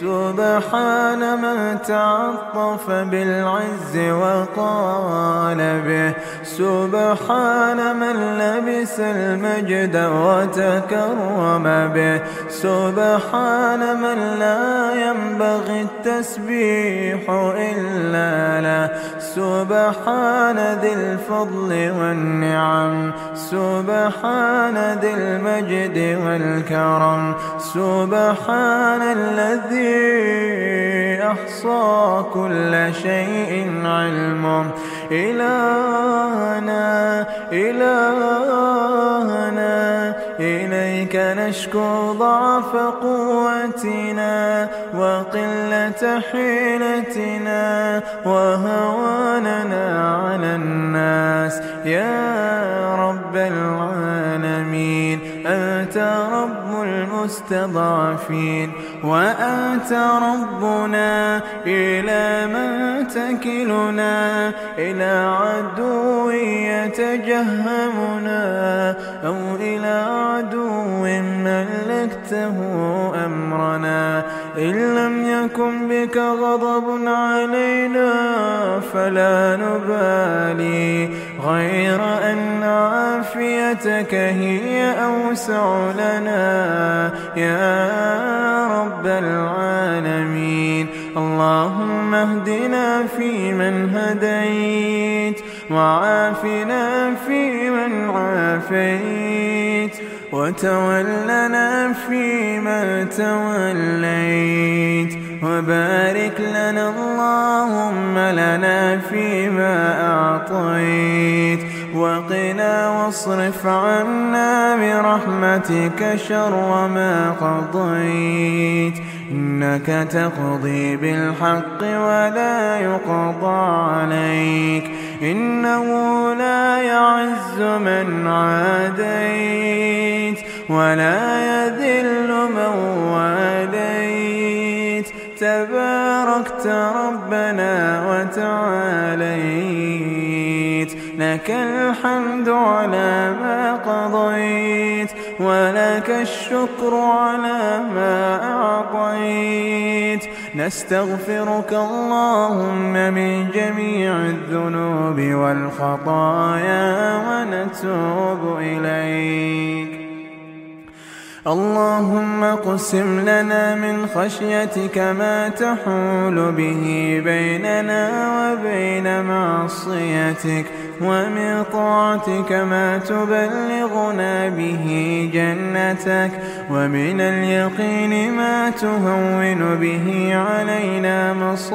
سبحان من تعطف بالعز وقال به، سبحان من لبس المجد وتكرم به، سبحان من لا ينبغي التسبيح إلا له، سبحان ذي الفضل والنعم، سبحان ذي المجد والكرم، سبحان الذي أحصى كل شيء علمه. إلهنا إلهنا إليك نشكو ضعف قوتنا وقلة حيلتنا وهواننا على الناس يا رب العالمين. أنت رب المستضعفين وأنت ربنا، إلى من تكلنا؟ إلى عدو يتجهمنا أو إلى عدو ملكته أمرنا؟ إن لم يكن بك غضب علينا فلا نبالي، غير أن عافيتك هي أوسع لنا يا رب العالمين. اللهم اهدنا فيمن هديت، وعافنا فيمن عافيت، وتولنا فيمن توليت، وبارك لنا اللهم لنا فيما أعطيت، وقنا واصرف عنا برحمتك شر ما قضيت، إنك تقضي بالحق ولا يقضى عليك، إنه لا يعز من عاديت ولا يذل من واليت، تباركت ربنا وتعاليت، لك الحمد على ما قضيت، ولك الشكر على ما أعطيت. نستغفرك اللهم من جميع الذنوب والخطايا ونتوب إليك. اللهم اقسم لنا من خشيتك ما تحول به بيننا وبين معصيتك، ومن طاعتك ما تبلغنا به جنتك، ومن اليقين ما تهون به علينا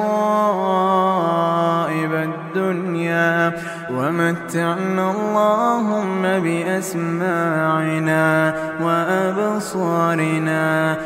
مصائب الدنيا، ومتعنا اللهم بأسماعنا وأبصارنا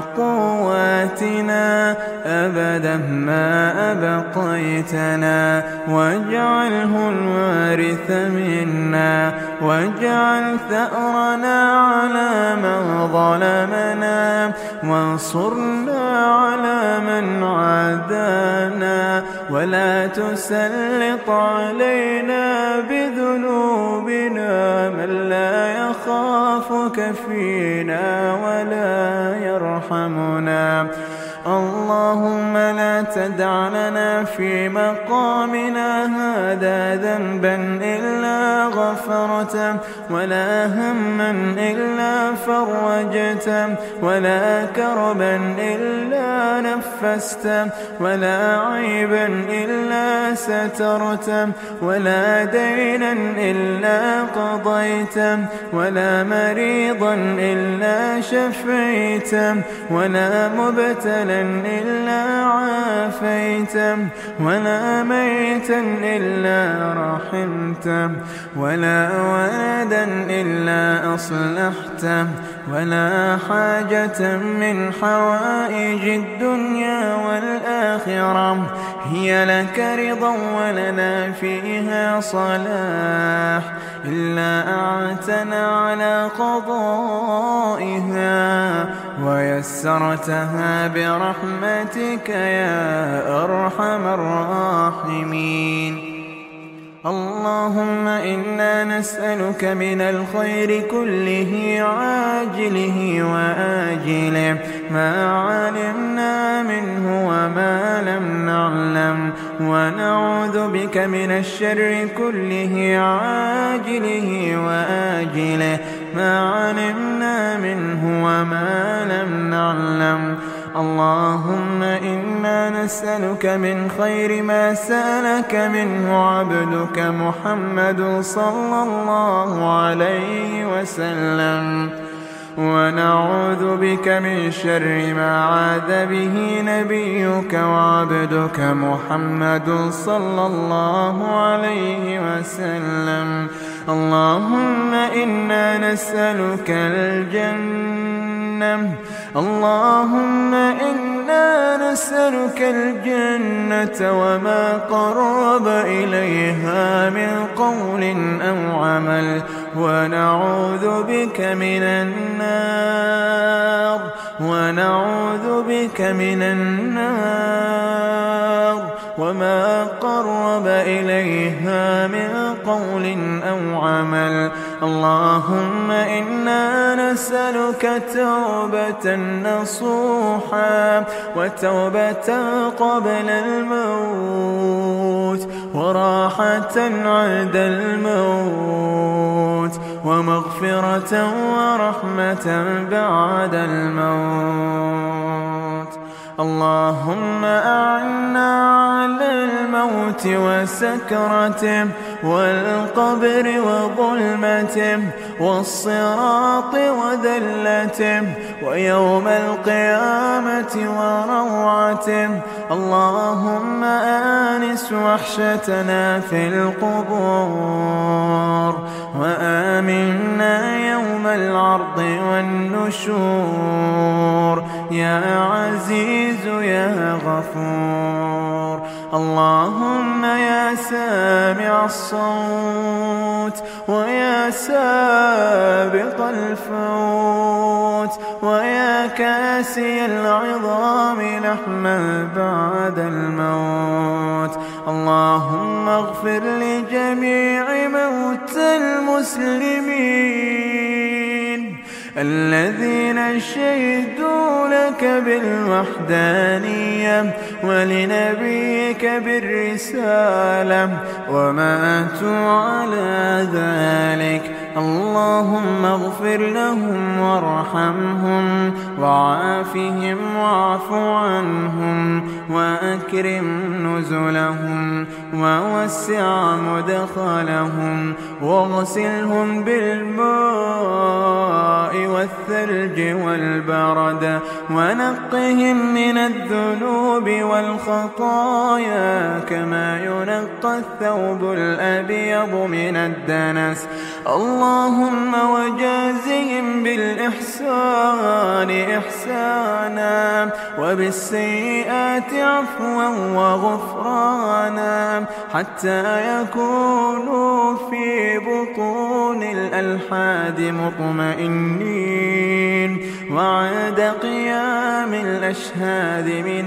وقواتنا أبدا ما أبقيتنا، واجعله الوارث منا، واجعل ثأرنا على من ظلمنا، وانصرنا على من عادانا، ولا تسلط علينا بذنوبنا من لا يخافك فينا ولا يرحمنا. اللهم لا تدع لنا في مقامنا هذا ذنبا إلا غفرته، ولا هما إلا فرجته، ولا كربا إلا نفسته، ولا عيبا إلا سترته، ولا دينا إلا قضيته، ولا مريضا إلا شفيته، ولا مبتلا إلا عافيته، ولا ميتا إلا رحمته، ولا ولدا إلا أصلحته، ولا حاجة من حوائج الدنيا والآخرة هي لك رضا ولنا فيها صلاح إلا أعتنا على قضائها ويسرتها برحمتك يا أرحم الراحمين. اللهم إنا نسألك من الخير كله عاجله وآجله ما علمنا منه وما لم نعلم، ونعوذ بك من الشر كله عاجله وآجله ما علمنا منه وما لم نعلم. اللهم إنا نسألك من خير ما سألك منه عبدك محمد صلى الله عليه وسلم، ونعوذ بك من شر ما عاذ به نبيك وعبدك محمد صلى الله عليه وسلم. اللهم إنا نسألك الجنة، اللهم إنا نسألك الجنة وما قرب إليها من قول أو عمل، ونعوذ بك من النار، ونعوذ بك من النار وما قرب إليها من قول أو عمل. اللهم إنا نسألك توبة نصوحا وتوبة قبل الموت وراحة عند الموت ومغفرة ورحمة بعد الموت. اللهم أعنا على الموت وسكرته والقبر وظلمته والصراط وذلته ويوم القيامة وروعته. اللهم آنس وحشتنا في القبور وآمنا يوم العرض والنشور يا عزيز يا غفور. اللهم يا سامع الصوت ويا سابق الفوت ويا كاسي العظام لحما بعد الموت. اللهم اغفر لجميع موتى المسلمين الذين شهدوا لك بالوحدانية ولنبيك بالرسالة وماتوا على ذلك. اللهم اغفر لهم وارحمهم وعافهم واعف عنهم وأكرم نزلهم ووسع مدخلهم واغسلهم بالماء والثلج والبرد ونقهم من الذنوب والخطايا كما ينقى الثوب الأبيض من الدنس. اللهم وجازهم بالإحسان إحسانا وبالسيئات عفوا وغفرانا حتى يكونوا في بطون الألحاد مطمئنين وعند قيام الأشهاد من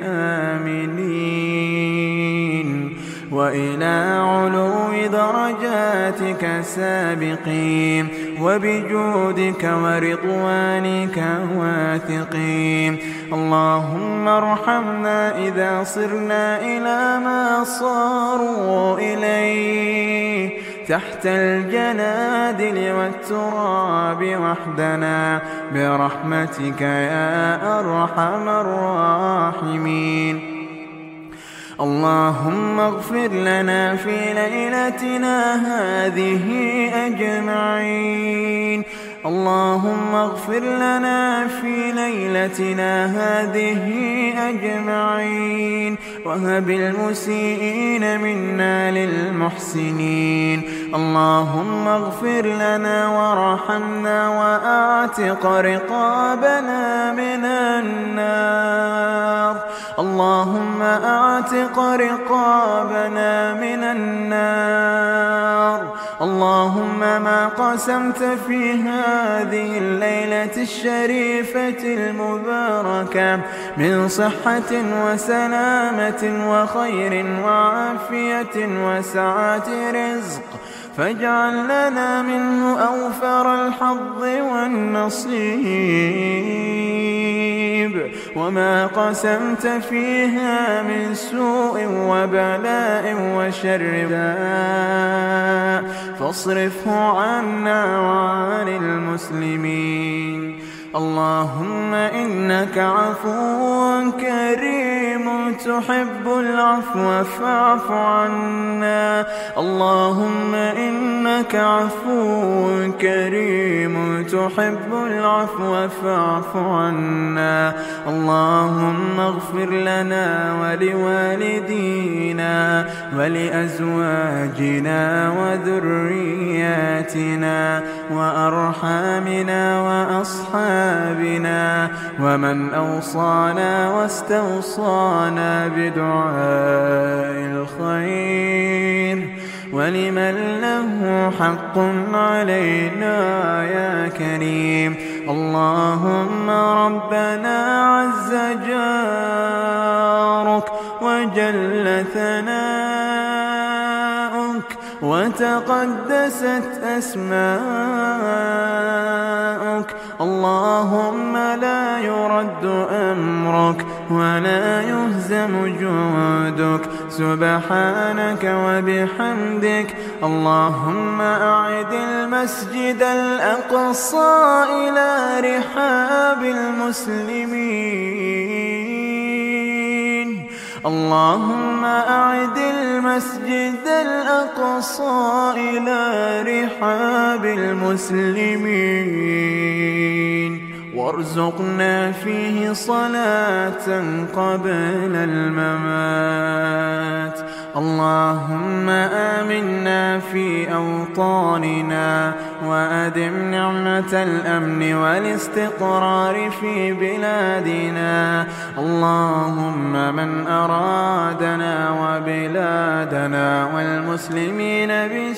الآمنين وإلى علو درجاتك سابقين وبجودك ورضوانك واثقين. اللهم ارحمنا إذا صرنا إلى ما صاروا إليه تحت الجنادل والتراب وحدنا برحمتك يا أرحم الراحمين. اللهم اغفر لنا في ليلتنا هذه أجمعين. اللهم اغفر لنا في ليلتنا هذه أجمعين وهب المسيئين منا للمحسنين. اللهم اغفر لنا وارحمنا وأعتق رقابنا من النار. اللهم أعتق رقابنا من النار اللهم ما قسمت في هذه الليلة الشريفة المباركة من صحة وسلامة وخير وعافية وسعة رزق فاجعل لنا منه أوفر الحظ والنصيب، وما قسمت فيها من سوء وبلاء وشر فاصرفه عنا وعن المسلمين. اللهم إنك عفو كريم تحب العفو فاعف عنا. اللهم إنك عفو كريم تحب العفو فاعف عنا. اللهم اغفر لنا ولوالدينا ولأزواجنا وذرياتنا وأرحامنا وأصحابنا ومن أوصانا واستوصانا بدعاء الخير ولمن له حق علينا يا كريم. اللهم ربنا عز جارك وجل ثناؤك وتقدست أسماؤك، اللهم لا يرد أمرك ولا يهزم جودك سبحانك وبحمدك. اللهم أعد المسجد الأقصى إلى رحاب المسلمين. اللهم أعد المسجد الأقصى إلى رحاب المسلمين وارزقنا فيه صلاة قبل الممات. اللهم آمنا في أوطاننا وأدم نعمة الأمن والاستقرار في بلادنا. اللهم من أرادنا وبلادنا والمسلمين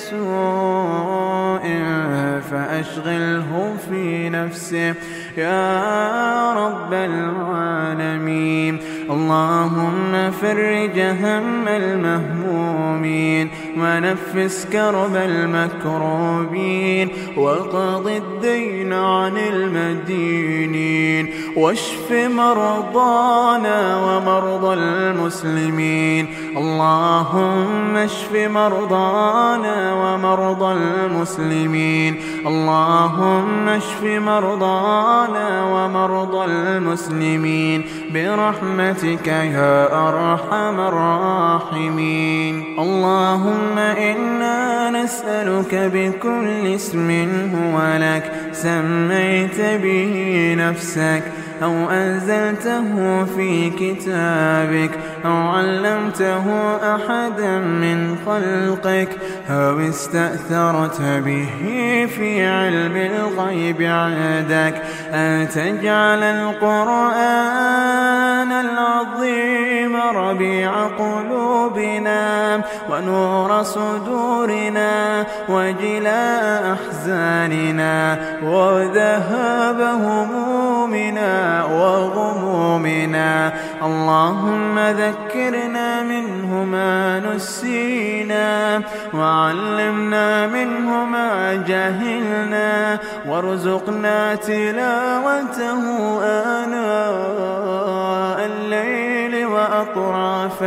بسوء فأشغله في نفسه يا رب العالمين. اللهم فرج هم المهمومين ونفس كرب المكروبين وقض الدين عن المدينين واشف مرضانا ومرضى المسلمين. اللهم اشف مرضانا ومرضى المسلمين. اللهم اشف مرضانا ومرضى المسلمين برحمتك يا أرحم الراحمين. اللهم إنا نسألك بكل اسم هو لك سميت به نفسك أو أنزلته في كتابك أو علمته أحدا من خلقك أو استأثرت به في علم الغيب عندك أن تجعل القرآن العظيم ربيع قلوبنا ونور صدورنا وجلاء أحزاننا وذهاب همومنا وغمومنا. اللهم ذكرنا منه ما نسينا وعلمنا منه ما جهلنا وارزقنا تلاوته آناء الليل وأطراف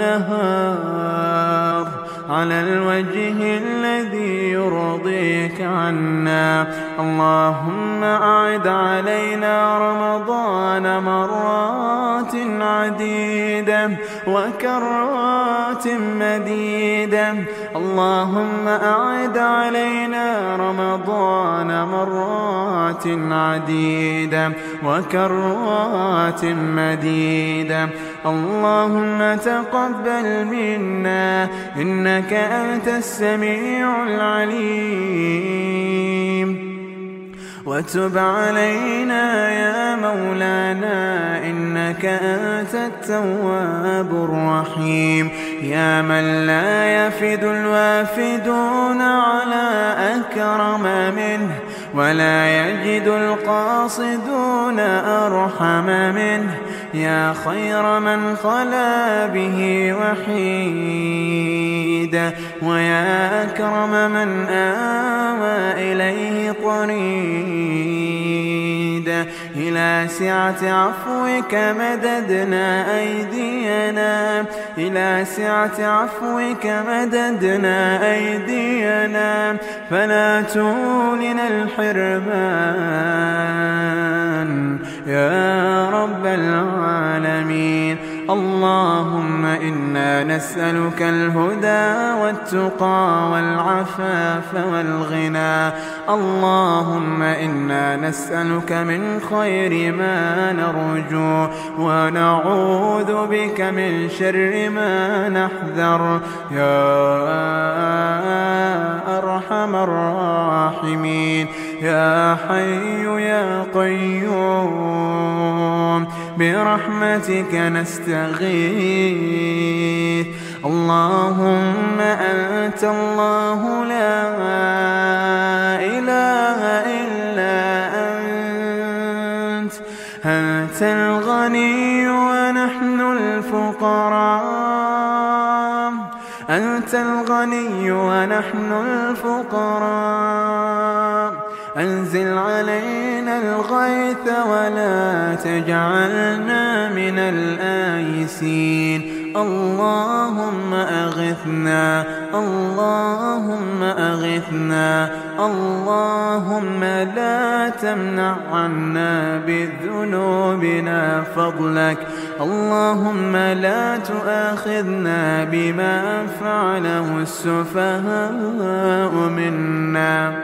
النهار على الوجه الذي يرضيك عنا. اللهم أعد علينا رمضان مرات عديدة وكرات مديدة. اللهم أعد علينا رمضان مرات عديدة وكرات مديدة. اللهم تقبل منا إنك أنت السميع العليم وتب علينا يا مولانا إنك أنت التواب الرحيم. يا من لا يفد الوافدون على أكرم منه، ولا يجد القاصدون أرحم منه. يا خير من خلا به وحيد، ويا أكرم من آوى إليه طريد. إلى سعة عفوك مددنا أيدينا، إلى سعة عفوك مددنا أيدينا، فلا تولنا الحرمان يا رب العالمين. اللهم إنا نسألك الهدى والتقى والعفاف والغنى. اللهم إنا نسألك من خير ما نرجو، ونعوذ بك من شر ما نحذر يا أرحم الراحمين. يا حي يا قيوم برحمتك نستغيث. اللهم أنت الله لا إله إلا أنت، أنت الغني ونحن الفقراء، أنت الغني ونحن الفقراء. أنزل علينا الغيث ولا تجعلنا من الآيسين. اللهم أغثنا، اللهم أغثنا. اللهم لا تمنع عنا بذنوبنا فضلك. اللهم لا تؤاخذنا بما فعله السفهاء منا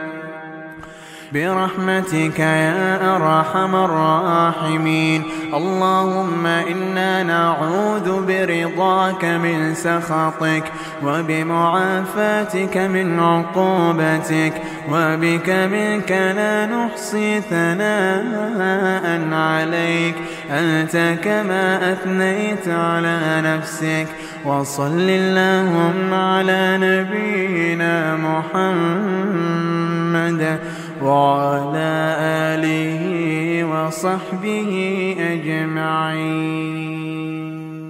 برحمتك يا أرحم الراحمين. اللهم إنا نعوذ برضاك من سخطك، وبمعافاتك من عقوبتك، وبك منك لا نحصي ثناء عليك، أنت كما أثنيت على نفسك. وصل اللهم على نبينا محمد وعلى آله وصحبه أجمعين.